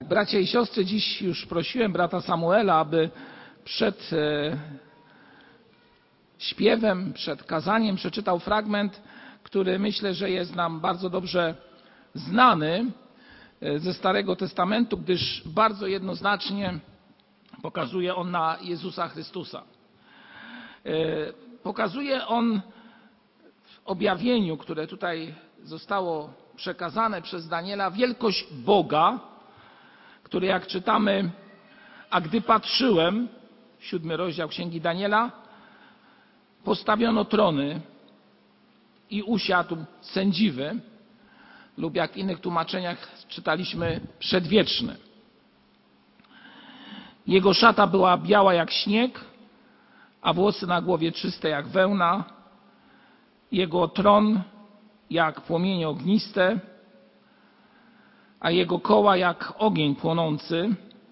Bracia i siostry, dziś już prosiłem brata Samuela, aby przed śpiewem, przed kazaniem przeczytał fragment, który myślę, że jest nam bardzo dobrze znany ze Starego Testamentu, gdyż bardzo jednoznacznie pokazuje on na Jezusa Chrystusa. Pokazuje on w objawieniu, które tutaj zostało przekazane przez Daniela, wielkość Boga, który, jak czytamy, a gdy patrzyłem, 7 rozdział Księgi Daniela, postawiono trony i usiadł sędziwy, lub jak w innych tłumaczeniach czytaliśmy przedwieczny. Jego szata była biała jak śnieg, a włosy na głowie czyste jak wełna. Jego tron jak płomienie ogniste, a jego koła jak ogień płonący.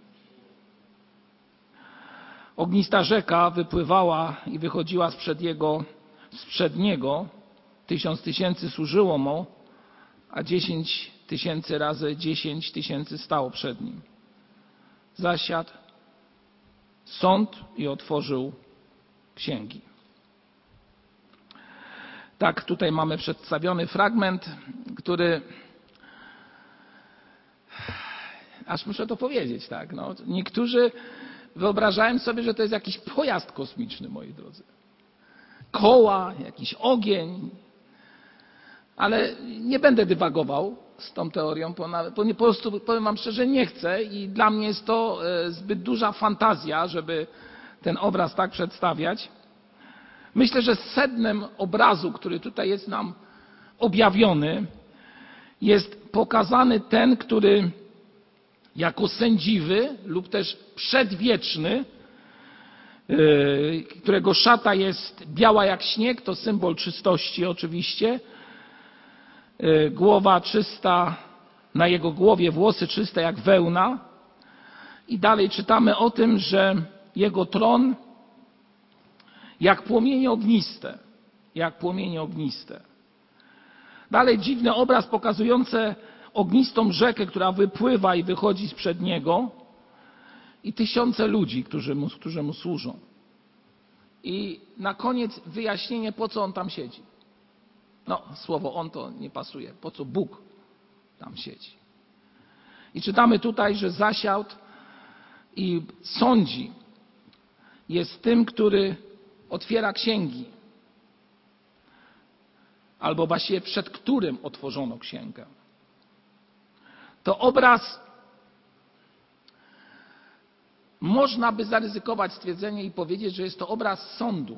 Ognista rzeka wypływała i wychodziła sprzed niego. 1000 tysięcy służyło mu, a 10 tysięcy razy 10 tysięcy stało przed nim. Zasiadł sąd i otworzył księgi. Tak, tutaj mamy przedstawiony fragment, który, aż muszę to powiedzieć, tak, no, niektórzy wyobrażają sobie, że to jest jakiś pojazd kosmiczny, moi drodzy. Koła, jakiś ogień, ale nie będę dywagował z tą teorią, po prostu powiem wam szczerze, nie chcę i dla mnie jest to zbyt duża fantazja, żeby ten obraz tak przedstawiać. Myślę, że sednem obrazu, który tutaj jest nam objawiony, jest pokazany ten, który jako sędziwy lub też przedwieczny, którego szata jest biała jak śnieg, to symbol czystości oczywiście, głowa czysta, na jego głowie włosy czyste jak wełna. I dalej czytamy o tym, że jego tron jak płomienie ogniste, jak płomienie ogniste. Dalej dziwny obraz pokazujący ognistą rzekę, która wypływa i wychodzi sprzed niego, i tysiące ludzi, którzy mu służą. I na koniec wyjaśnienie, po co on tam siedzi. No, słowo on to nie pasuje. Po co Bóg tam siedzi? I czytamy tutaj, że zasiadł i sądzi. Jest tym, który otwiera księgi. Albo właściwie przed którym otworzono księgę. To obraz, można by zaryzykować stwierdzenie i powiedzieć, że jest to obraz sądu.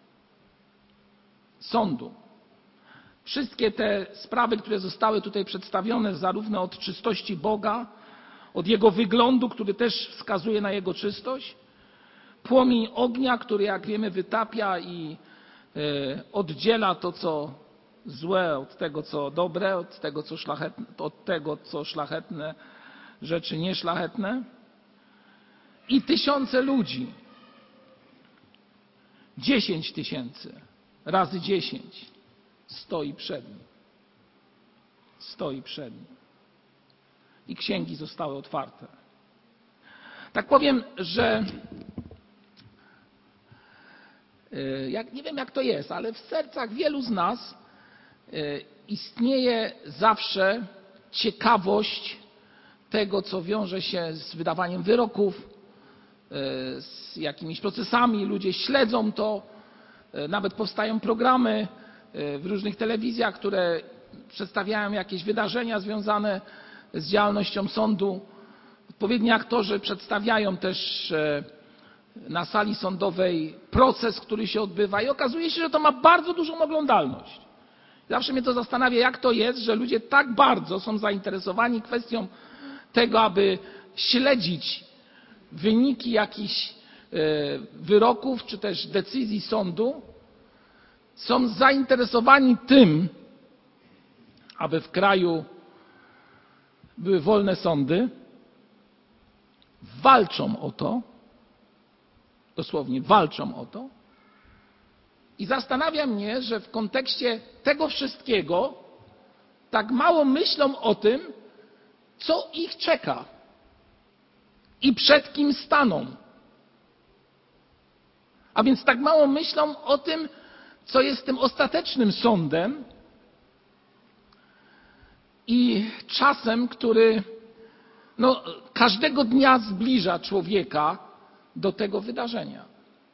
Sądu. Wszystkie te sprawy, które zostały tutaj przedstawione, zarówno od czystości Boga, od Jego wyglądu, który też wskazuje na Jego czystość, płomień ognia, który, jak wiemy, wytapia i oddziela to, co złe od tego, co dobre, od tego, co szlachetne, rzeczy nieszlachetne. I tysiące ludzi. 10 tysięcy razy 10 stoi przed nim. Stoi przed nim. I księgi zostały otwarte. Tak powiem, że nie wiem, jak to jest, ale w sercach wielu z nas istnieje zawsze ciekawość tego, co wiąże się z wydawaniem wyroków, z jakimiś procesami. Ludzie śledzą to, nawet powstają programy w różnych telewizjach, które przedstawiają jakieś wydarzenia związane z działalnością sądu. Odpowiedni aktorzy przedstawiają też na sali sądowej proces, który się odbywa i okazuje się, że to ma bardzo dużą oglądalność. Zawsze mnie to zastanawia, jak to jest, że ludzie tak bardzo są zainteresowani kwestią tego, aby śledzić wyniki jakichś wyroków czy też decyzji sądu, są zainteresowani tym, aby w kraju były wolne sądy, walczą o to, dosłownie walczą o to. I zastanawia mnie, że w kontekście tego wszystkiego tak mało myślą o tym, co ich czeka i przed kim staną. A więc tak mało myślą o tym, co jest tym ostatecznym sądem i czasem, który każdego dnia zbliża człowieka do tego wydarzenia.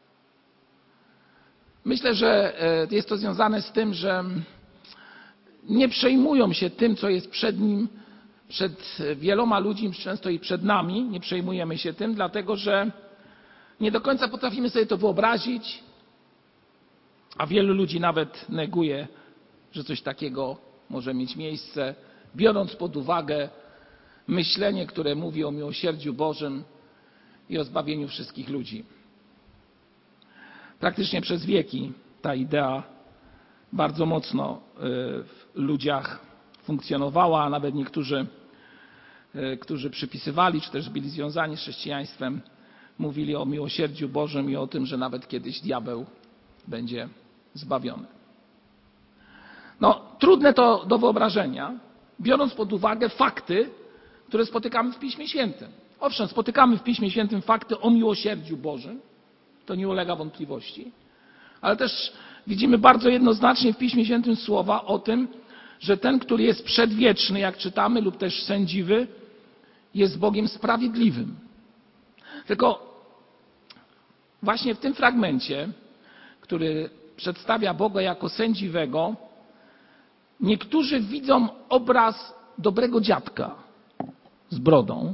Myślę, że jest to związane z tym, że nie przejmują się tym, co jest przed nim, przed wieloma ludźmi, często i przed nami. Nie przejmujemy się tym, dlatego że nie do końca potrafimy sobie to wyobrazić, a wielu ludzi nawet neguje, że coś takiego może mieć miejsce, biorąc pod uwagę myślenie, które mówi o miłosierdziu Bożym i o zbawieniu wszystkich ludzi. Praktycznie przez wieki ta idea bardzo mocno w ludziach funkcjonowała, a nawet niektórzy, którzy przypisywali, czy też byli związani z chrześcijaństwem, mówili o miłosierdziu Bożym i o tym, że nawet kiedyś diabeł będzie zbawiony. Trudne to do wyobrażenia, biorąc pod uwagę fakty, które spotykamy w Piśmie Świętym. Owszem, spotykamy w Piśmie Świętym fakty o miłosierdziu Bożym, to nie ulega wątpliwości, ale też widzimy bardzo jednoznacznie w Piśmie Świętym słowa o tym, że ten, który jest przedwieczny, jak czytamy, lub też sędziwy, jest Bogiem sprawiedliwym. Tylko właśnie w tym fragmencie, który przedstawia Boga jako sędziwego, niektórzy widzą obraz dobrego dziadka z brodą.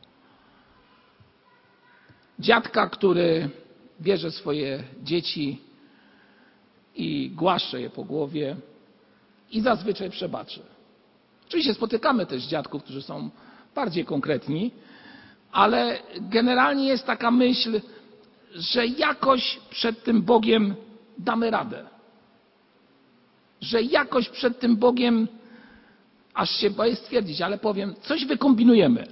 Dziadka, który bierze swoje dzieci i głaszcze je po głowie i zazwyczaj przebaczy. Oczywiście spotykamy też dziadków, którzy są bardziej konkretni, ale generalnie jest taka myśl, że jakoś przed tym Bogiem damy radę. Że jakoś przed tym Bogiem, aż się boję stwierdzić, ale powiem, coś wykombinujemy.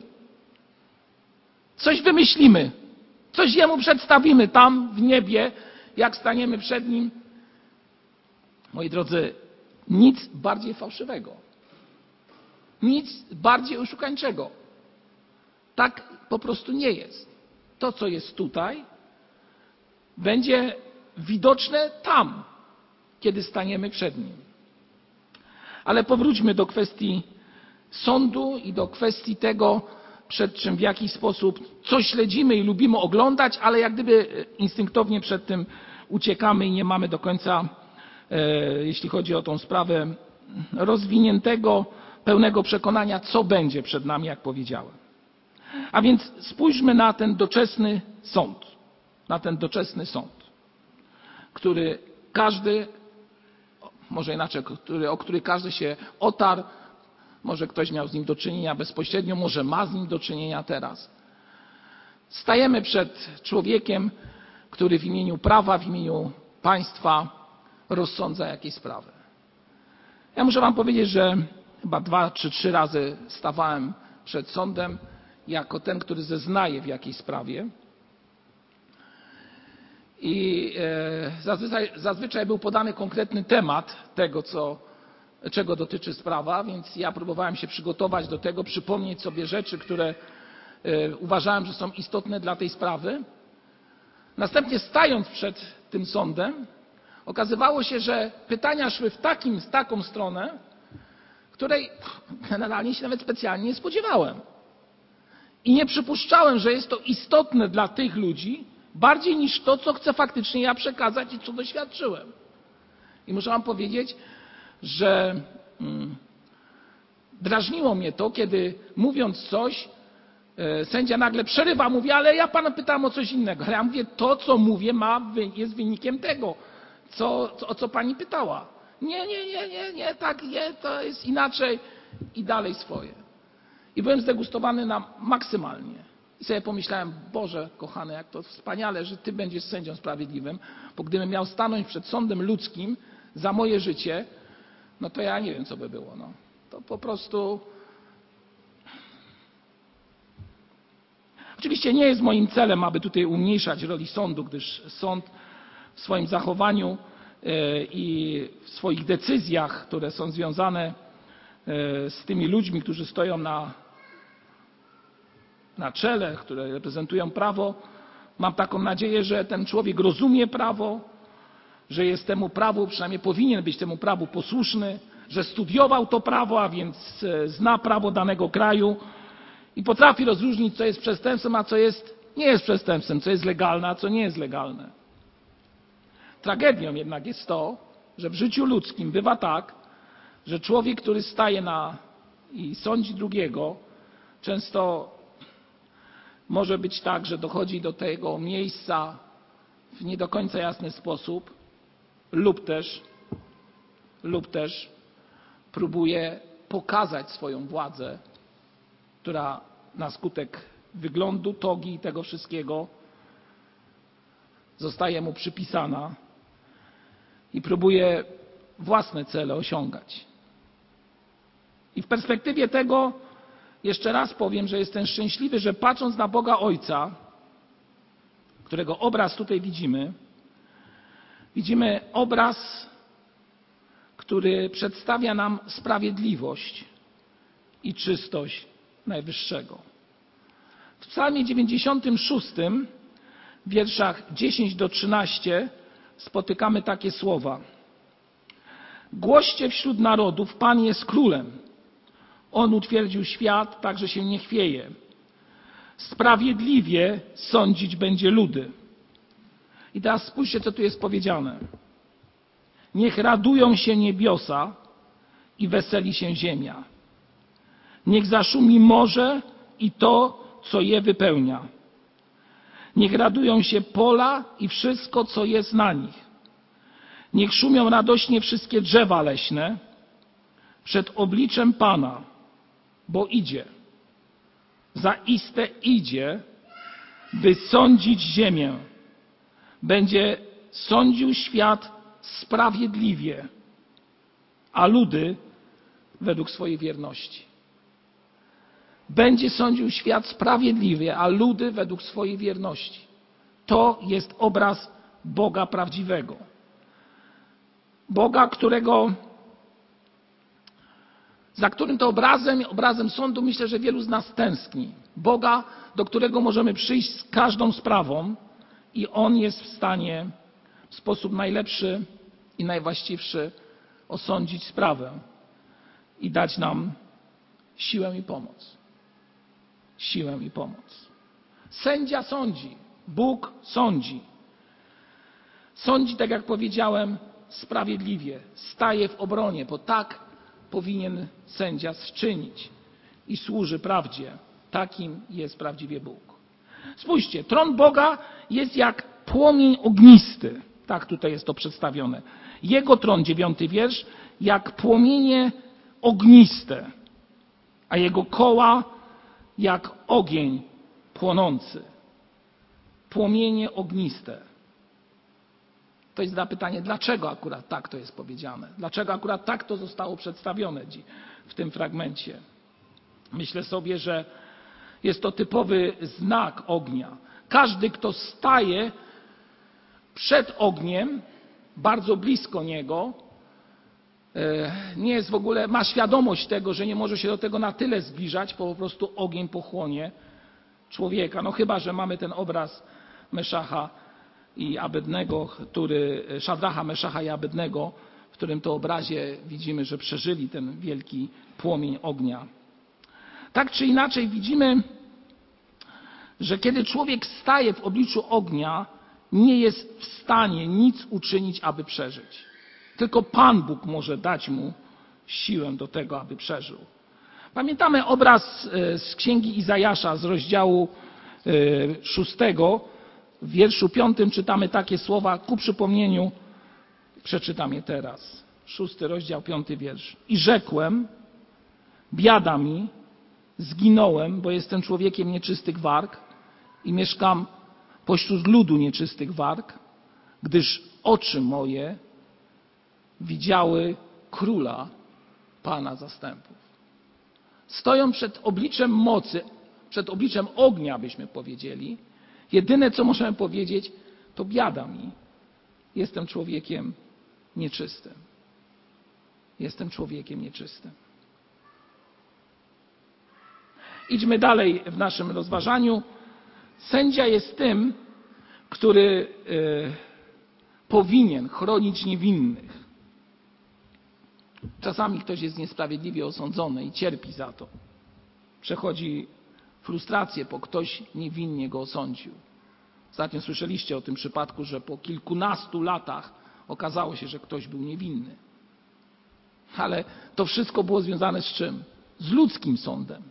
Coś wymyślimy. Coś Jemu przedstawimy tam w niebie, jak staniemy przed Nim. Moi drodzy, nic bardziej fałszywego. Nic bardziej oszukańczego. Tak po prostu nie jest. To, co jest tutaj, będzie widoczne tam, kiedy staniemy przed Nim. Ale powróćmy do kwestii sądu i do kwestii tego, przed czym w jakiś sposób co śledzimy i lubimy oglądać, ale jak gdyby instynktownie przed tym uciekamy i nie mamy do końca, jeśli chodzi o tą sprawę, rozwiniętego, pełnego przekonania, co będzie przed nami, jak powiedziałem. A więc spójrzmy na ten doczesny sąd. Na ten doczesny sąd, który każdy, może inaczej, o który każdy się otarł, może ktoś miał z nim do czynienia bezpośrednio, może ma z nim do czynienia teraz. Stajemy przed człowiekiem, który w imieniu prawa, w imieniu państwa rozsądza jakieś sprawy. Ja muszę wam powiedzieć, że chyba 2 czy 3 razy stawałem przed sądem jako ten, który zeznaje w jakiejś sprawie. I zazwyczaj był podany konkretny temat tego, czego dotyczy sprawa, więc ja próbowałem się przygotować do tego, przypomnieć sobie rzeczy, które uważałem, że są istotne dla tej sprawy. Następnie stając przed tym sądem, okazywało się, że pytania szły w taką stronę, której generalnie się nawet specjalnie nie spodziewałem. I nie przypuszczałem, że jest to istotne dla tych ludzi, bardziej niż to, co chcę faktycznie ja przekazać i co doświadczyłem. I muszę wam powiedzieć, że drażniło mnie to, kiedy mówiąc coś, sędzia nagle przerywa, mówi, ale ja pana pytałem o coś innego. Ale ja mówię, to co mówię jest wynikiem tego, o co pani pytała. Nie, tak nie, to jest inaczej i dalej swoje. I byłem zdegustowany maksymalnie. I sobie pomyślałem, Boże kochany, jak to wspaniale, że Ty będziesz sędzią sprawiedliwym, bo gdybym miał stanąć przed sądem ludzkim za moje życie, no to ja nie wiem, co by było. No. To po prostu... Oczywiście nie jest moim celem, aby tutaj umniejszać roli sądu, gdyż sąd w swoim zachowaniu i w swoich decyzjach, które są związane z tymi ludźmi, którzy stoją na czele, które reprezentują prawo, mam taką nadzieję, że ten człowiek rozumie prawo, że jest temu prawu, przynajmniej powinien być temu prawu posłuszny, że studiował to prawo, a więc zna prawo danego kraju i potrafi rozróżnić, co jest przestępstwem, a co nie jest przestępstwem, co jest legalne, a co nie jest legalne. Tragedią jednak jest to, że w życiu ludzkim bywa tak, że człowiek, który staje i sądzi drugiego, często może być tak, że dochodzi do tego miejsca w nie do końca jasny sposób lub też próbuje pokazać swoją władzę, która na skutek wyglądu, togi i tego wszystkiego zostaje mu przypisana i próbuje własne cele osiągać. I w perspektywie tego jeszcze raz powiem, że jestem szczęśliwy, że patrząc na Boga Ojca, którego obraz tutaj widzimy obraz, który przedstawia nam sprawiedliwość i czystość Najwyższego. W Psalmie 96, w wierszach 10 do 13 spotykamy takie słowa. Głoście wśród narodów, Pan jest królem. On utwierdził świat, tak że się nie chwieje. Sprawiedliwie sądzić będzie ludy. I teraz spójrzcie, co tu jest powiedziane. Niech radują się niebiosa i weseli się ziemia. Niech zaszumi morze i to, co je wypełnia. Niech radują się pola i wszystko, co jest na nich. Niech szumią radośnie wszystkie drzewa leśne przed obliczem Pana, bo idzie. Zaiste idzie, by sądzić ziemię. Będzie sądził świat sprawiedliwie, a ludy według swojej wierności. Będzie sądził świat sprawiedliwie, a ludy według swojej wierności. To jest obraz Boga prawdziwego. Boga, za którym to obrazem sądu myślę, że wielu z nas tęskni. Boga, do którego możemy przyjść z każdą sprawą i On jest w stanie w sposób najlepszy i najwłaściwszy osądzić sprawę i dać nam siłę i pomoc. Siłę i pomoc. Sędzia sądzi, Bóg sądzi. Sądzi, tak jak powiedziałem, sprawiedliwie. Staje w obronie, bo tak powinien sędzia czynić i służy prawdzie. Takim jest prawdziwie Bóg. Spójrzcie, tron Boga jest jak płomień ognisty. Tak tutaj jest to przedstawione. Jego tron, 9 wiersz, jak płomienie ogniste, a jego koła jak ogień płonący. Płomienie ogniste. To jest zapytanie, dlaczego akurat tak to jest powiedziane? Dlaczego akurat tak to zostało przedstawione w tym fragmencie? Myślę sobie, że jest to typowy znak ognia. Każdy, kto staje przed ogniem, bardzo blisko niego, nie jest w ogóle, ma świadomość tego, że nie może się do tego na tyle zbliżać, bo po prostu ogień pochłonie człowieka. No chyba, że mamy ten obraz Meszacha i Abednego, Szadracha, Meszacha i Abednego, w którym to obrazie widzimy, że przeżyli ten wielki płomień ognia. Tak czy inaczej widzimy, że kiedy człowiek staje w obliczu ognia, nie jest w stanie nic uczynić, aby przeżyć. Tylko Pan Bóg może dać mu siłę do tego, aby przeżył. Pamiętamy obraz z Księgi Izajasza z rozdziału 6. W wierszu 5 czytamy takie słowa, ku przypomnieniu przeczytam je teraz. 6 rozdział, 5 wiersz. I rzekłem, biada mi, zginąłem, bo jestem człowiekiem nieczystych warg i mieszkam pośród ludu nieczystych warg, gdyż oczy moje widziały Króla, Pana zastępów. Stoją przed obliczem mocy, przed obliczem ognia, byśmy powiedzieli. Jedyne, co możemy powiedzieć, to biada mi. Jestem człowiekiem nieczystym. Jestem człowiekiem nieczystym. Idźmy dalej w naszym rozważaniu. Sędzia jest tym, który powinien chronić niewinnych. Czasami ktoś jest niesprawiedliwie osądzony i cierpi za to. Przechodzi frustrację, bo ktoś niewinnie go osądził. Ostatnio słyszeliście o tym przypadku, że po kilkunastu latach okazało się, że ktoś był niewinny. Ale to wszystko było związane z czym? Z ludzkim sądem.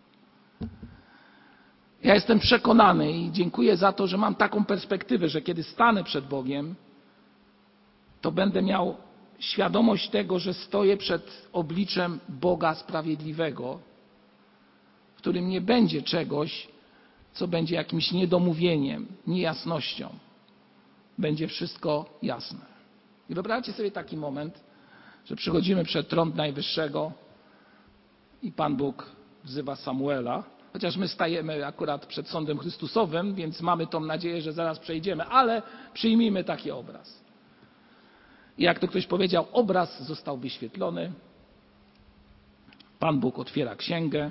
Ja jestem przekonany i dziękuję za to, że mam taką perspektywę, że kiedy stanę przed Bogiem, to będę miał świadomość tego, że stoję przed obliczem Boga sprawiedliwego, w którym nie będzie czegoś, co będzie jakimś niedomówieniem, niejasnością. Będzie wszystko jasne. I wyobraźcie sobie taki moment, że przychodzimy przed tron Najwyższego i Pan Bóg wzywa Samuela, chociaż my stajemy akurat przed sądem Chrystusowym, więc mamy tą nadzieję, że zaraz przejdziemy, ale przyjmijmy taki obraz. I jak to ktoś powiedział, obraz został wyświetlony. Pan Bóg otwiera księgę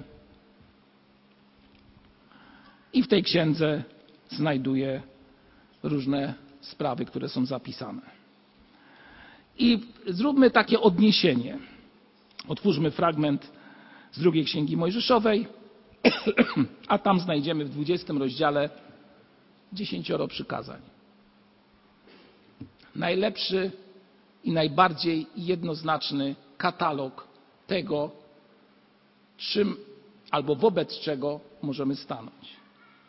i w tej księdze znajduje różne sprawy, które są zapisane. I zróbmy takie odniesienie. Otwórzmy fragment z drugiej Księgi Mojżeszowej, a tam znajdziemy w 20 rozdziale 10 przykazań. Najlepszy i najbardziej jednoznaczny katalog tego, czym albo wobec czego możemy stanąć.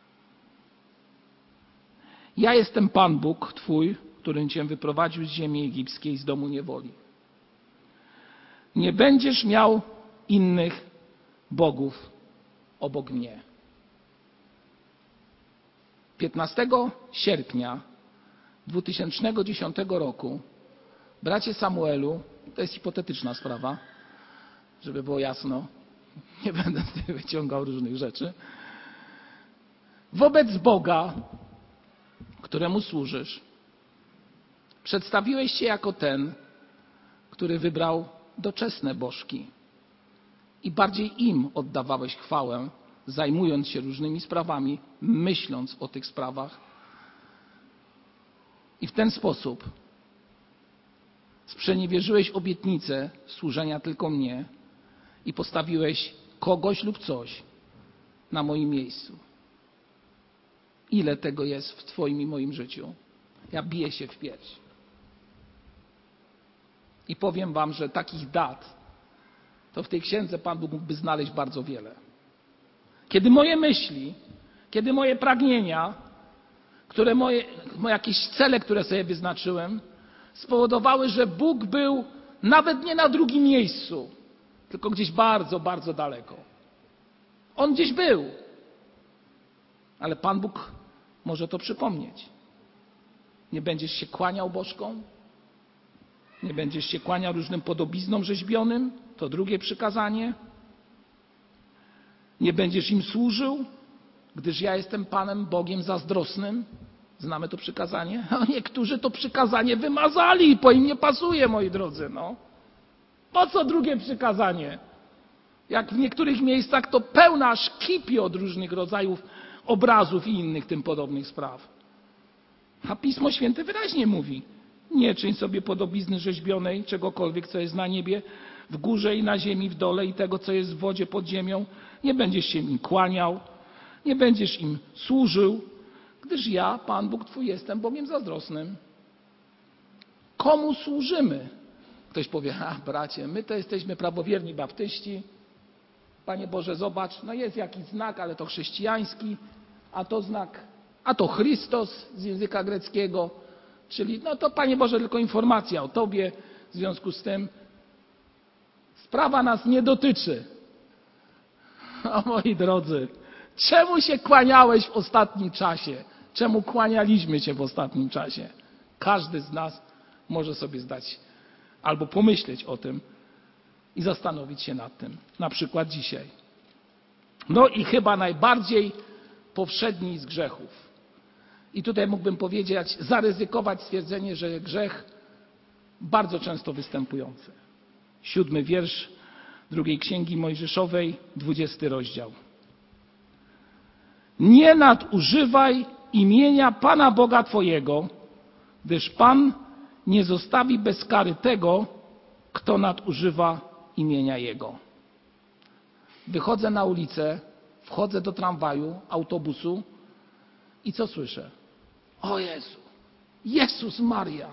Ja jestem Pan Bóg Twój, którym Cię wyprowadził z ziemi egipskiej, z domu niewoli. Nie będziesz miał innych bogów obok mnie. 15 sierpnia 2010 roku, bracie Samuelu, to jest hipotetyczna sprawa, żeby było jasno, nie będę tutaj wyciągał różnych rzeczy, wobec Boga, któremu służysz, przedstawiłeś się jako ten, który wybrał doczesne bożki i bardziej im oddawałeś chwałę, zajmując się różnymi sprawami, myśląc o tych sprawach. I w ten sposób sprzeniewierzyłeś obietnicę służenia tylko mnie i postawiłeś kogoś lub coś na moim miejscu. Ile tego jest w Twoim i moim życiu? Ja biję się w pierś. I powiem Wam, że takich dat to w tej księdze Pan Bóg mógłby znaleźć bardzo wiele. Kiedy moje myśli, kiedy moje pragnienia, jakieś cele, które sobie wyznaczyłem, spowodowały, że Bóg był nawet nie na drugim miejscu, tylko gdzieś bardzo, bardzo daleko. On gdzieś był, ale Pan Bóg może to przypomnieć. Nie będziesz się kłaniał bożkom, nie będziesz się kłaniał różnym podobiznom rzeźbionym, to drugie przykazanie. Nie będziesz im służył, gdyż ja jestem Panem Bogiem zazdrosnym. Znamy to przykazanie? A niektórzy to przykazanie wymazali, bo im nie pasuje, moi drodzy. No. Po co drugie przykazanie? Jak w niektórych miejscach to pełna aż kipi od różnych rodzajów obrazów i innych tym podobnych spraw. A Pismo Święte wyraźnie mówi: nie czyń sobie podobizny rzeźbionej, czegokolwiek, co jest na niebie, w górze i na ziemi, w dole i tego, co jest w wodzie pod ziemią. Nie będziesz się im kłaniał, nie będziesz im służył, gdyż ja, Pan Bóg Twój, jestem Bogiem zazdrosnym. Komu służymy? Ktoś powie: a bracie, my to jesteśmy prawowierni baptyści. Panie Boże, zobacz, no jest jakiś znak, ale to chrześcijański, a to znak, a to Chrystos z języka greckiego, czyli no to Panie Boże, tylko informacja o Tobie, w związku z tym sprawa nas nie dotyczy. O moi drodzy, czemu się kłaniałeś w ostatnim czasie? Czemu kłanialiśmy się w ostatnim czasie? Każdy z nas może sobie zdać albo pomyśleć o tym i zastanowić się nad tym, na przykład dzisiaj. No i chyba najbardziej powszedni z grzechów. I tutaj mógłbym powiedzieć, zaryzykować stwierdzenie, że grzech bardzo często występujący. 7 wiersz 2 Księgi Mojżeszowej, 20 rozdział. nie nadużywaj imienia Pana Boga twojego, gdyż Pan nie zostawi bez kary tego, kto nadużywa imienia Jego. Wychodzę na ulicę, wchodzę do tramwaju, autobusu i co słyszę? O Jezu, Jezus Maria.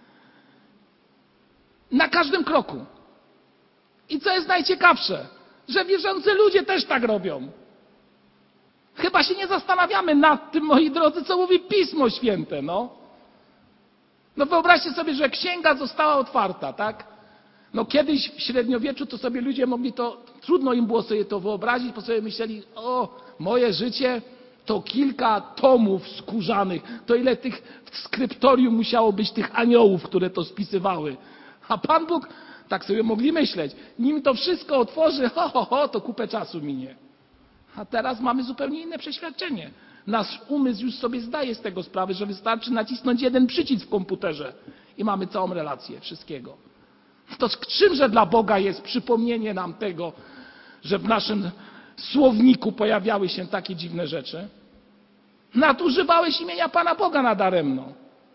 Na każdym kroku. I co jest najciekawsze, że wierzący ludzie też tak robią. Chyba się nie zastanawiamy nad tym, moi drodzy, co mówi Pismo Święte, no. No wyobraźcie sobie, że księga została otwarta, tak? No kiedyś w średniowieczu to sobie ludzie mogli trudno im było sobie to wyobrazić, bo sobie myśleli, o, moje życie to kilka tomów skórzanych, to ile tych w skryptorium musiało być tych aniołów, które to spisywały. A Pan Bóg, tak sobie mogli myśleć, nim to wszystko otworzy, to kupę czasu minie. A teraz mamy zupełnie inne przeświadczenie. Nasz umysł już sobie zdaje z tego sprawę, że wystarczy nacisnąć jeden przycisk w komputerze i mamy całą relację wszystkiego. To czymże dla Boga jest przypomnienie nam tego, że w naszym słowniku pojawiały się takie dziwne rzeczy? Nadużywałeś imienia Pana Boga nadaremno.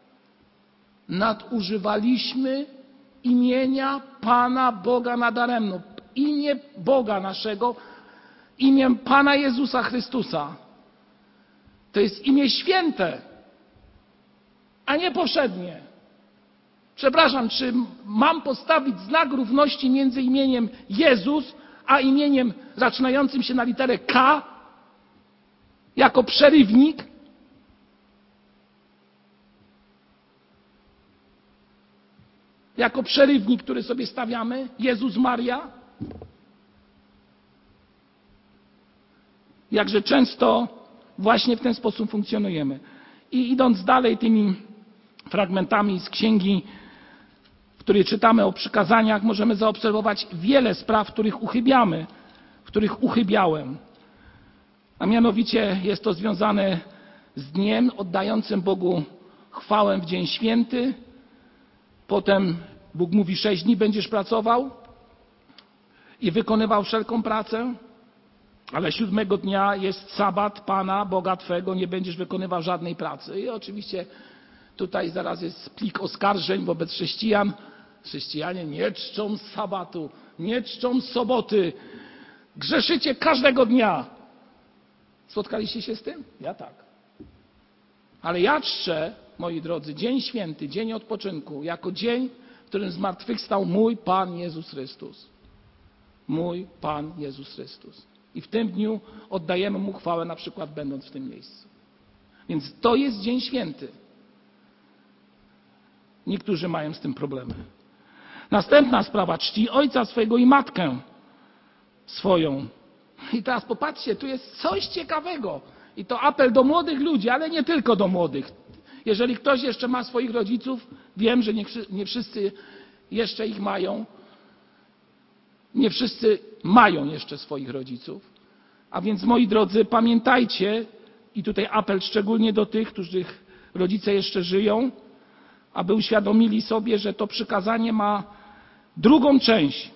Nadużywaliśmy imienia Pana Boga nadaremno. Imię Boga naszego, imię Pana Jezusa Chrystusa. To jest imię święte, a nie powszednie. Przepraszam, czy mam postawić znak równości między imieniem Jezus, a imieniem zaczynającym się na literę K jako przerywnik? Jako przerywnik, który sobie stawiamy? Jezus Maria? Jakże często właśnie w ten sposób funkcjonujemy. I idąc dalej tymi fragmentami z księgi, w której czytamy o przykazaniach, możemy zaobserwować wiele spraw, w których uchybiamy, w których uchybiałem. A mianowicie jest to związane z dniem oddającym Bogu chwałę w dzień święty. Potem Bóg mówi, 6 dni będziesz pracował i wykonywał wszelką pracę, ale 7 dnia jest sabat Pana, Boga Twego, nie będziesz wykonywał żadnej pracy. I oczywiście tutaj zaraz jest plik oskarżeń wobec chrześcijan. Chrześcijanie nie czczą sabatu, nie czczą soboty. Grzeszycie każdego dnia. Spotkaliście się z tym? Ja tak. Ale ja czczę, moi drodzy, dzień święty, dzień odpoczynku, jako dzień, w którym zmartwychwstał mój Pan Jezus Chrystus. Mój Pan Jezus Chrystus. I w tym dniu oddajemy Mu chwałę, na przykład będąc w tym miejscu. Więc to jest dzień święty. Niektórzy mają z tym problemy. Następna sprawa, czci ojca swojego i matkę swoją. I teraz popatrzcie, tu jest coś ciekawego. I to apel do młodych ludzi, ale nie tylko do młodych. Jeżeli ktoś jeszcze ma swoich rodziców, wiem, że nie wszyscy jeszcze ich mają. Nie wszyscy mają jeszcze swoich rodziców. A więc, moi drodzy, pamiętajcie, i tutaj apel szczególnie do tych, których rodzice jeszcze żyją, aby uświadomili sobie, że to przykazanie ma drugą część.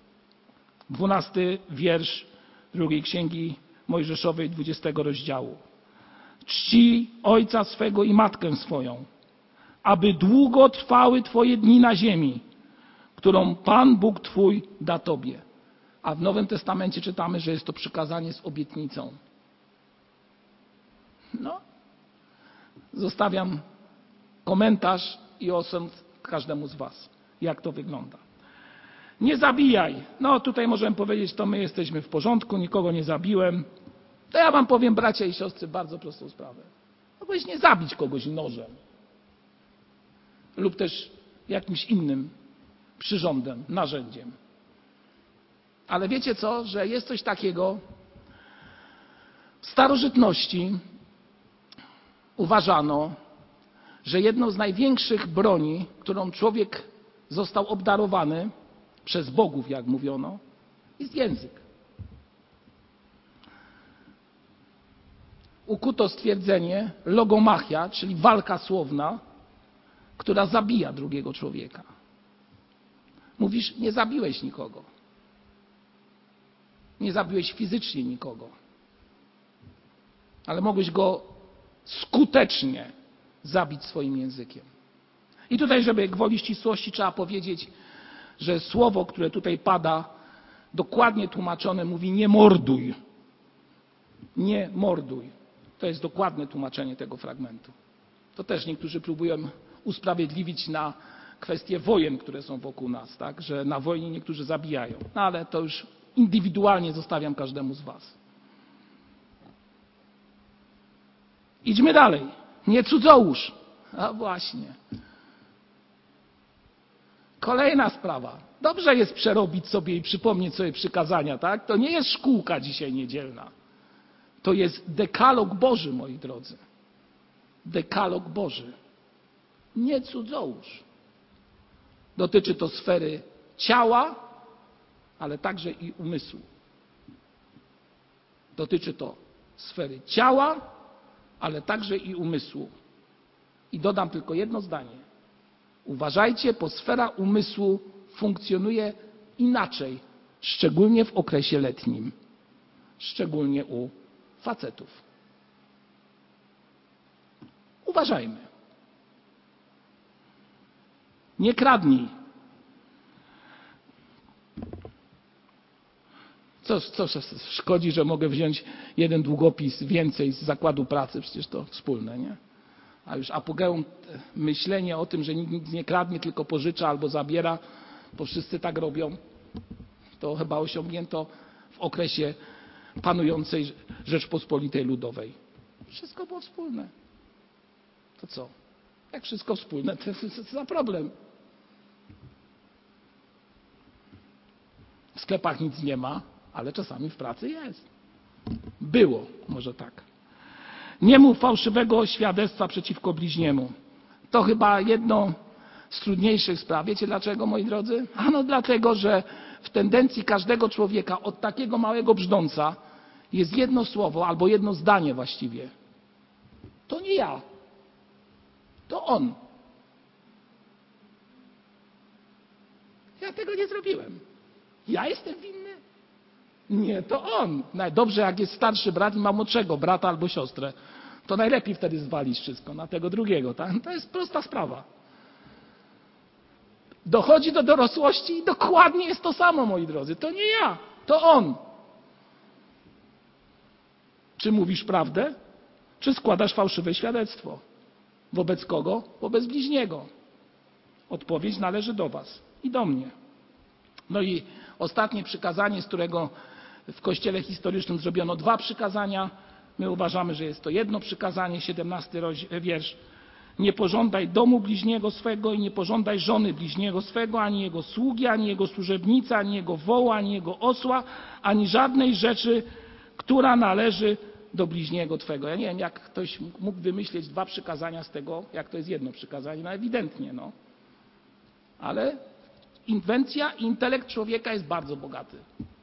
12 wiersz 2 Księgi Mojżeszowej, 20 rozdziału. Czci ojca swego i matkę swoją, aby długo trwały Twoje dni na ziemi, którą Pan Bóg Twój da Tobie. A w Nowym Testamencie czytamy, że jest to przykazanie z obietnicą. No, zostawiam komentarz i osąd każdemu z Was, jak to wygląda. Nie zabijaj. No tutaj możemy powiedzieć, to my jesteśmy w porządku, nikogo nie zabiłem. To ja wam powiem, bracia i siostry, bardzo prostą sprawę. Mogłeś nie zabić kogoś nożem. Lub też jakimś innym przyrządem, narzędziem. Ale wiecie co? Że jest coś takiego. W starożytności uważano, że jedną z największych broni, którą człowiek został obdarowany przez bogów, jak mówiono, jest język. Ukuto stwierdzenie logomachia, czyli walka słowna, która zabija drugiego człowieka. Mówisz, nie zabiłeś nikogo. Nie zabiłeś fizycznie nikogo. ale mogłeś go skutecznie zabić swoim językiem. I tutaj, żeby gwoli ścisłości, trzeba powiedzieć, że słowo, które tutaj pada, dokładnie tłumaczone mówi nie morduj. Nie morduj. To jest dokładne tłumaczenie tego fragmentu. To też niektórzy próbują usprawiedliwić na kwestie wojen, które są wokół nas, tak? Że na wojnie niektórzy zabijają. No ale to już indywidualnie zostawiam każdemu z was. Idźmy dalej. Nie cudzołóż. A właśnie. Kolejna sprawa. Dobrze jest przerobić sobie i przypomnieć sobie przykazania, tak? To nie jest szkółka dzisiaj niedzielna. To jest dekalog Boży, moi drodzy. Dekalog Boży. Nie cudzołóż. Dotyczy to sfery ciała, ale także i umysłu. Dotyczy to sfery ciała, ale także i umysłu. I dodam tylko jedno zdanie. Uważajcie, bo sfera umysłu funkcjonuje inaczej, szczególnie w okresie letnim, szczególnie u facetów. Uważajmy. Nie kradnij. Co szkodzi, że mogę wziąć jeden długopis więcej z zakładu pracy, przecież to wspólne, nie? A już apogeum myślenie o tym, że nikt nic nie kradnie, tylko pożycza albo zabiera, bo wszyscy tak robią, to chyba osiągnięto w okresie panującej Rzeczpospolitej Ludowej. Wszystko było wspólne. To co? Jak wszystko wspólne, to za problem. W sklepach nic nie ma, ale czasami w pracy jest. Było, może tak. Nie mów fałszywego świadectwa przeciwko bliźniemu. To chyba jedno z trudniejszych spraw. Wiecie dlaczego, moi drodzy? Ano dlatego, że w tendencji każdego człowieka od takiego małego brzdąca jest jedno słowo albo jedno zdanie właściwie. To nie ja. To on. Ja tego nie zrobiłem. Ja jestem winny? Nie, to on. Dobrze, jak jest starszy brat i ma młodszego brata albo siostrę, to najlepiej wtedy zwalić wszystko na tego drugiego. Tak? To jest prosta sprawa. Dochodzi do dorosłości i dokładnie jest to samo, moi drodzy. To nie ja, to on. Czy mówisz prawdę, czy składasz fałszywe świadectwo? Wobec kogo? Wobec bliźniego. Odpowiedź należy do was i do mnie. No i ostatnie przykazanie, z którego w Kościele historycznym zrobiono 2 przykazania. My uważamy, że jest to jedno przykazanie, 17 wiersz. Nie pożądaj domu bliźniego swego i nie pożądaj żony bliźniego swego, ani jego sługi, ani jego służebnicy, ani jego woła, ani jego osła, ani żadnej rzeczy, która należy do bliźniego twego. Ja nie wiem, jak ktoś mógł wymyślić 2 przykazania z tego, jak to jest jedno przykazanie. No ewidentnie, no. Ale inwencja i intelekt człowieka jest bardzo bogaty.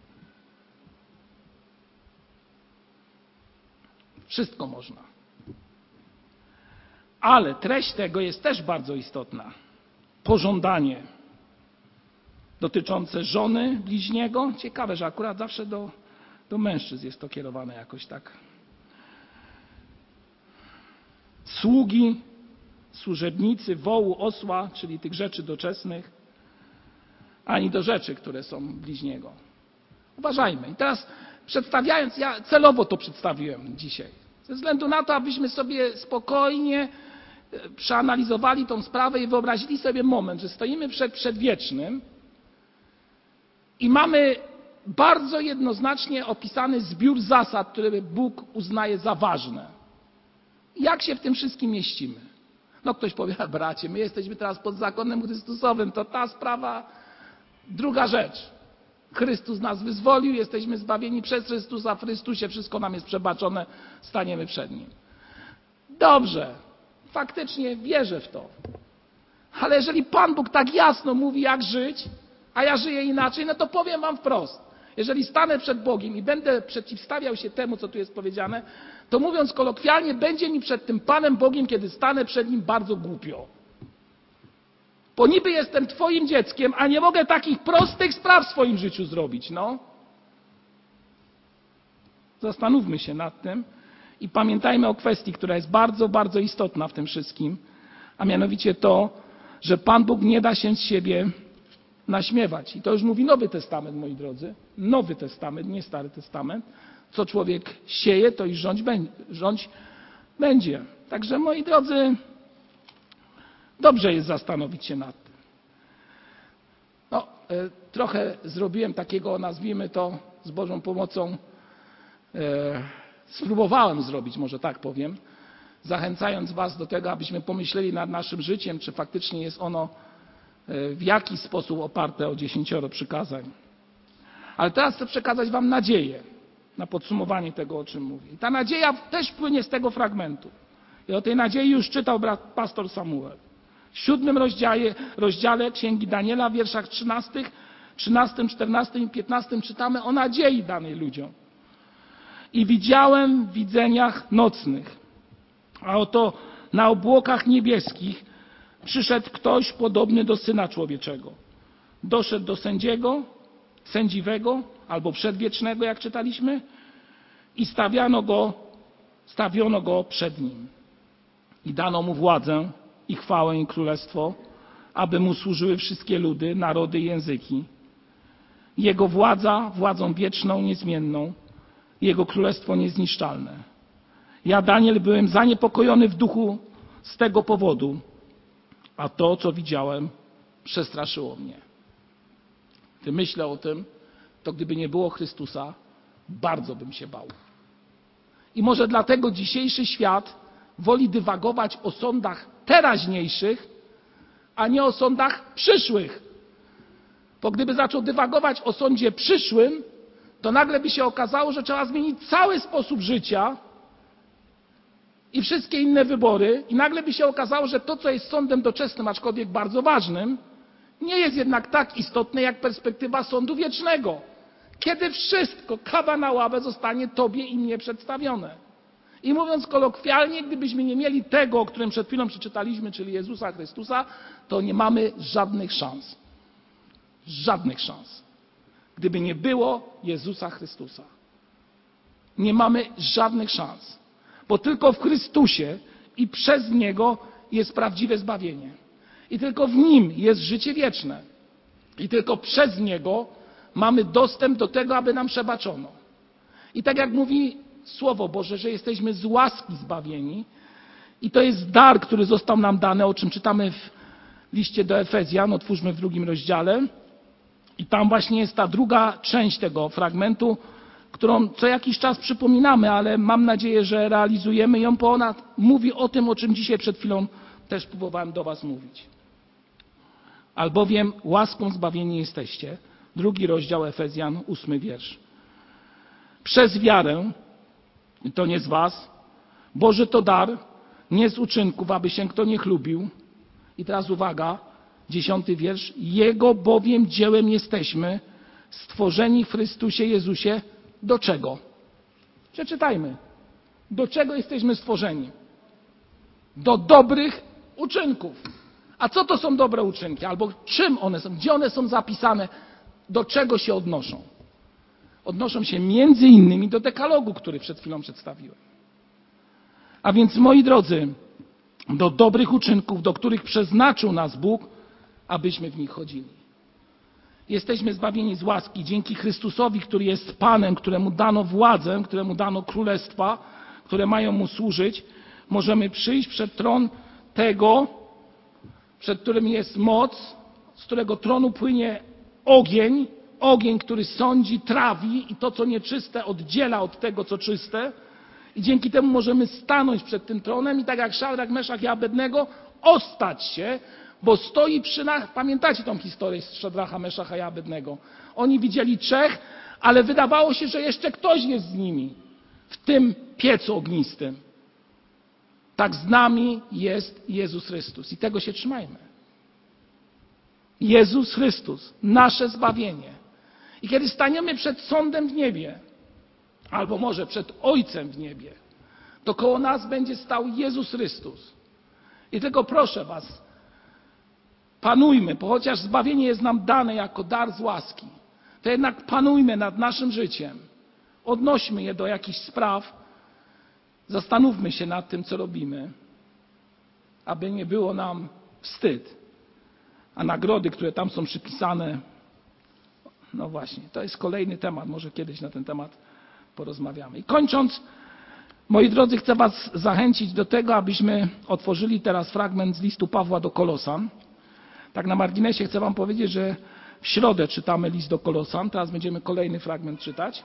Wszystko można. Ale treść tego jest też bardzo istotna. Pożądanie dotyczące żony bliźniego. Ciekawe, że akurat zawsze do mężczyzn jest to kierowane jakoś tak. Sługi, służebnicy, wołu, osła, czyli tych rzeczy doczesnych, ani do rzeczy, które są bliźniego. Uważajmy. I teraz przedstawiając, ja celowo to przedstawiłem dzisiaj. Ze względu na to, abyśmy sobie spokojnie przeanalizowali tą sprawę i wyobrazili sobie moment, że stoimy przed przedwiecznym i mamy bardzo jednoznacznie opisany zbiór zasad, które Bóg uznaje za ważne. Jak się w tym wszystkim mieścimy? No ktoś powie, bracie, my jesteśmy teraz pod zakonem Chrystusowym, to ta sprawa, druga rzecz. Chrystus nas wyzwolił, jesteśmy zbawieni przez Chrystusa, w Chrystusie wszystko nam jest przebaczone, staniemy przed Nim. Dobrze, faktycznie wierzę w to. Ale jeżeli Pan Bóg tak jasno mówi, jak żyć, a ja żyję inaczej, no to powiem wam wprost. Jeżeli stanę przed Bogiem i będę przeciwstawiał się temu, co tu jest powiedziane, to mówiąc kolokwialnie, będzie mi przed tym Panem Bogiem, kiedy stanę przed Nim, bardzo głupio. Bo niby jestem twoim dzieckiem, a nie mogę takich prostych spraw w swoim życiu zrobić, no. Zastanówmy się nad tym I pamiętajmy o kwestii, która jest bardzo, bardzo istotna w tym wszystkim, a mianowicie to, że Pan Bóg nie da się z siebie naśmiewać. I to już mówi Nowy Testament, moi drodzy. Nowy Testament, nie Stary Testament. Co człowiek sieje, to i rządź będzie. Także, moi drodzy, dobrze jest zastanowić się nad tym. No, trochę zrobiłem takiego, nazwijmy to, z Bożą pomocą, spróbowałem zrobić, może tak powiem, zachęcając Was do tego, abyśmy pomyśleli nad naszym życiem, czy faktycznie jest ono w jakiś sposób oparte o 10 przykazań. Ale teraz chcę przekazać Wam nadzieję na podsumowanie tego, o czym mówię. I ta nadzieja też płynie z tego fragmentu. I o tej nadziei już czytał pastor Samuel. W 7 rozdziale Księgi Daniela, w wierszach 13, 14 i 15 czytamy o nadziei danej ludziom. I widziałem w widzeniach nocnych, a oto na obłokach niebieskich przyszedł ktoś podobny do Syna Człowieczego. Doszedł do sędziwego albo przedwiecznego, jak czytaliśmy, i stawiono go przed nim. I dano mu władzę i chwałę i królestwo, aby mu służyły wszystkie ludy, narody i języki. Jego władza, władzą wieczną, niezmienną, jego królestwo niezniszczalne. Ja, Daniel, byłem zaniepokojony w duchu z tego powodu, a to, co widziałem, przestraszyło mnie. Gdy myślę o tym, to gdyby nie było Chrystusa, bardzo bym się bał. I może dlatego dzisiejszy świat woli dywagować o sądach teraźniejszych, a nie o sądach przyszłych. Bo gdyby zaczął dywagować o sądzie przyszłym, to nagle by się okazało, że trzeba zmienić cały sposób życia i wszystkie inne wybory, i nagle by się okazało, że to, co jest sądem doczesnym, aczkolwiek bardzo ważnym, nie jest jednak tak istotne jak perspektywa sądu wiecznego, kiedy wszystko, kawa na ławę, zostanie Tobie i mnie przedstawione. I mówiąc kolokwialnie, gdybyśmy nie mieli tego, o którym przed chwilą przeczytaliśmy, czyli Jezusa Chrystusa, to nie mamy żadnych szans. Żadnych szans. Gdyby nie było Jezusa Chrystusa. Nie mamy żadnych szans. Bo tylko w Chrystusie i przez Niego jest prawdziwe zbawienie. I tylko w Nim jest życie wieczne. I tylko przez Niego mamy dostęp do tego, aby nam przebaczono. I tak jak mówi Słowo Boże, że jesteśmy z łaski zbawieni, i to jest dar, który został nam dany, o czym czytamy w liście do Efezjan, otwórzmy w 2 rozdziale. I tam właśnie jest ta druga część tego fragmentu, którą co jakiś czas przypominamy, ale mam nadzieję, że realizujemy ją, bo ona mówi o tym, o czym dzisiaj przed chwilą też próbowałem do Was mówić. Albowiem łaską zbawieni jesteście. 2 rozdział Efezjan, 8 wiersz. Przez wiarę, i to nie z Was, Boży to dar, nie z uczynków, aby się kto nie chlubił. I teraz uwaga, 10 wiersz. Jego bowiem dziełem jesteśmy, stworzeni w Chrystusie Jezusie. Do czego? Przeczytajmy. Do czego jesteśmy stworzeni? Do dobrych uczynków. A co to są dobre uczynki? Albo czym one są? Gdzie one są zapisane? Do czego się odnoszą? Odnoszą się między innymi do dekalogu, który przed chwilą przedstawiłem. A więc, moi drodzy, do dobrych uczynków, do których przeznaczył nas Bóg, abyśmy w nich chodzili. Jesteśmy zbawieni z łaski dzięki Chrystusowi, który jest Panem, któremu dano władzę, któremu dano królestwa, które mają Mu służyć. Możemy przyjść przed tron tego, przed którym jest moc, z którego tronu płynie ogień, który sądzi, trawi i to, co nieczyste, oddziela od tego, co czyste. I dzięki temu możemy stanąć przed tym tronem i tak jak Szadrach, Meszach i Abednego ostać się, bo stoi przy nas. Pamiętacie tą historię z Szadracha, Meszacha i Abednego? Oni widzieli 3, ale wydawało się, że jeszcze ktoś jest z nimi w tym piecu ognistym. Tak z nami jest Jezus Chrystus i tego się trzymajmy. Jezus Chrystus, nasze zbawienie. I kiedy staniemy przed sądem w niebie, albo może przed Ojcem w niebie, to koło nas będzie stał Jezus Chrystus. I tylko proszę Was, panujmy, bo chociaż zbawienie jest nam dane jako dar z łaski, to jednak panujmy nad naszym życiem. Odnośmy je do jakichś spraw Zastanówmy się nad tym, co robimy, aby nie było nam wstyd. A nagrody, które tam są przypisane, no właśnie, to jest kolejny temat. Może kiedyś na ten temat porozmawiamy. I kończąc, moi drodzy, chcę was zachęcić do tego, abyśmy otworzyli teraz fragment z listu Pawła do Kolosan. Tak na marginesie chcę wam powiedzieć, że w środę czytamy list do Kolosan. Teraz będziemy kolejny fragment czytać.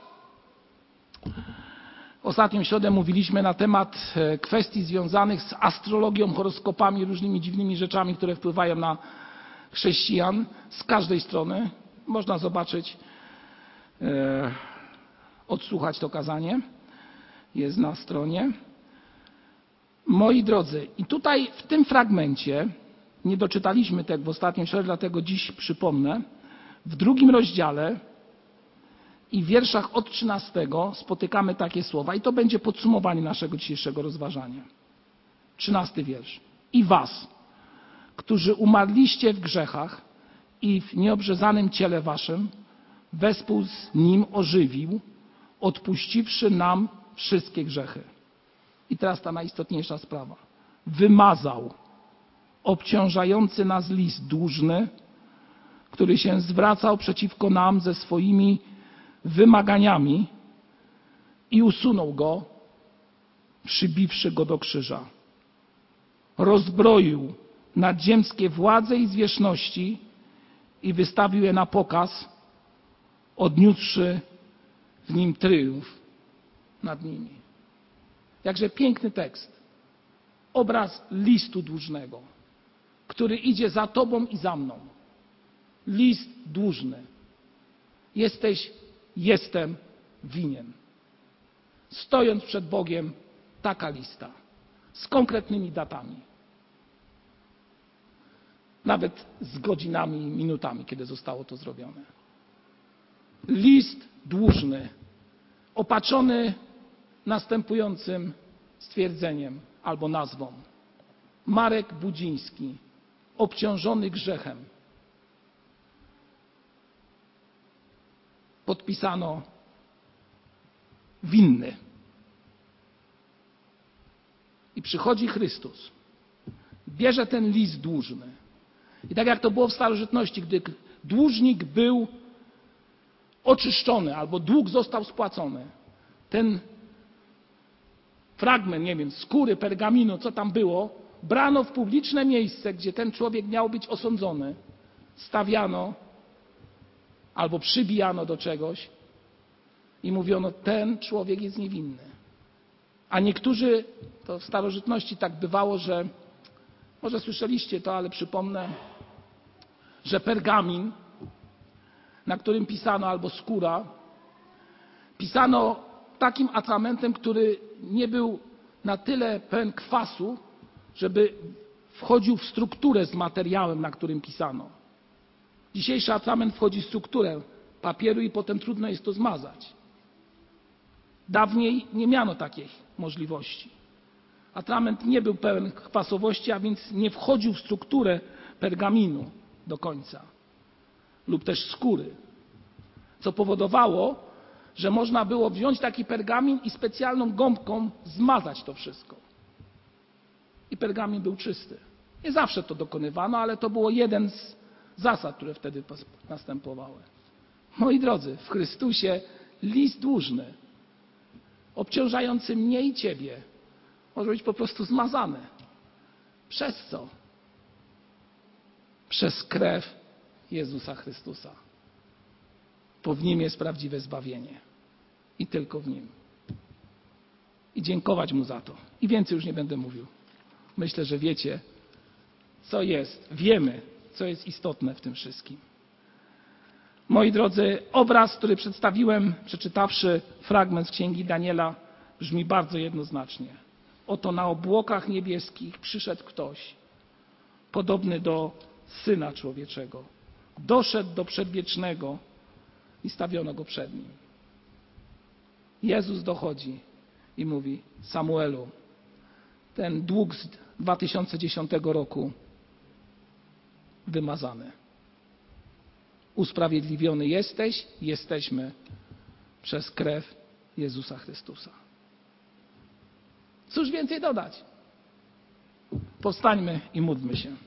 Ostatnią środę mówiliśmy na temat kwestii związanych z astrologią, horoskopami, różnymi dziwnymi rzeczami, które wpływają na chrześcijan z każdej strony. Można zobaczyć, odsłuchać to kazanie. Jest na stronie. Moi drodzy, i tutaj w tym fragmencie, nie doczytaliśmy tego w ostatnią środę, dlatego dziś przypomnę, w 2 rozdziale i w wierszach od 13 spotykamy takie słowa i to będzie podsumowanie naszego dzisiejszego rozważania. 13 wiersz. I was, którzy umarliście w grzechach i w nieobrzezanym ciele waszym, wespół z nim ożywił, odpuściwszy nam wszystkie grzechy. I teraz ta najistotniejsza sprawa. Wymazał obciążający nas list dłużny, który się zwracał przeciwko nam ze swoimi wymaganiami i usunął go, przybiwszy go do krzyża. Rozbroił nadziemskie władze i zwierzchności i wystawił je na pokaz, odniósłszy w nim tryumf nad nimi. Jakże piękny tekst. Obraz listu dłużnego, który idzie za tobą i za mną. List dłużny. Jestem winien. Stojąc przed Bogiem, taka lista. Z konkretnymi datami. Nawet z godzinami i minutami, kiedy zostało to zrobione. List dłużny, opatrzony następującym stwierdzeniem albo nazwą. Marek Budziński, obciążony grzechem. Podpisano winny. I przychodzi Chrystus, bierze ten list dłużny. I tak jak to było w starożytności, gdy dłużnik był oczyszczony albo dług został spłacony, ten fragment, nie wiem, skóry, pergaminu, co tam było, brano w publiczne miejsce, gdzie ten człowiek miał być osądzony, stawiano albo przybijano do czegoś i mówiono, ten człowiek jest niewinny. A niektórzy, to w starożytności tak bywało, że, może słyszeliście to, ale przypomnę, że pergamin, na którym pisano, albo skóra, pisano takim atramentem, który nie był na tyle pełen kwasu, żeby wchodził w strukturę z materiałem, na którym pisano. Dzisiejszy atrament wchodzi w strukturę papieru i potem trudno jest to zmazać. Dawniej nie miano takiej możliwości. Atrament nie był pełen kwasowości, a więc nie wchodził w strukturę pergaminu do końca. Lub też skóry. Co powodowało, że można było wziąć taki pergamin i specjalną gąbką zmazać to wszystko. I pergamin był czysty. Nie zawsze to dokonywano, ale to było jeden z zasad, które wtedy następowały. Moi drodzy, w Chrystusie list dłużny, obciążający mnie i ciebie, może być po prostu zmazany. Przez co? Przez krew Jezusa Chrystusa. Bo w Nim jest prawdziwe zbawienie. I tylko w Nim. I dziękować Mu za to. I więcej już nie będę mówił. Myślę, że wiecie, co jest. Wiemy, co jest istotne w tym wszystkim. Moi drodzy, obraz, który przedstawiłem, przeczytawszy fragment z Księgi Daniela, brzmi bardzo jednoznacznie. Oto na obłokach niebieskich przyszedł ktoś, podobny do Syna Człowieczego. Doszedł do Przedwiecznego i stawiono go przed Nim. Jezus dochodzi i mówi, Samuelu, ten dług z 2010 roku wymazany. Usprawiedliwiony jesteś, jesteśmy przez krew Jezusa Chrystusa. Cóż więcej dodać? Powstańmy i módlmy się.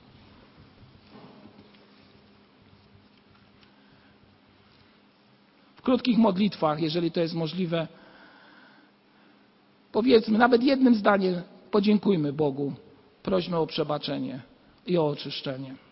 W krótkich modlitwach, jeżeli to jest możliwe, powiedzmy nawet jednym zdaniem, podziękujmy Bogu, prośmy o przebaczenie i o oczyszczenie.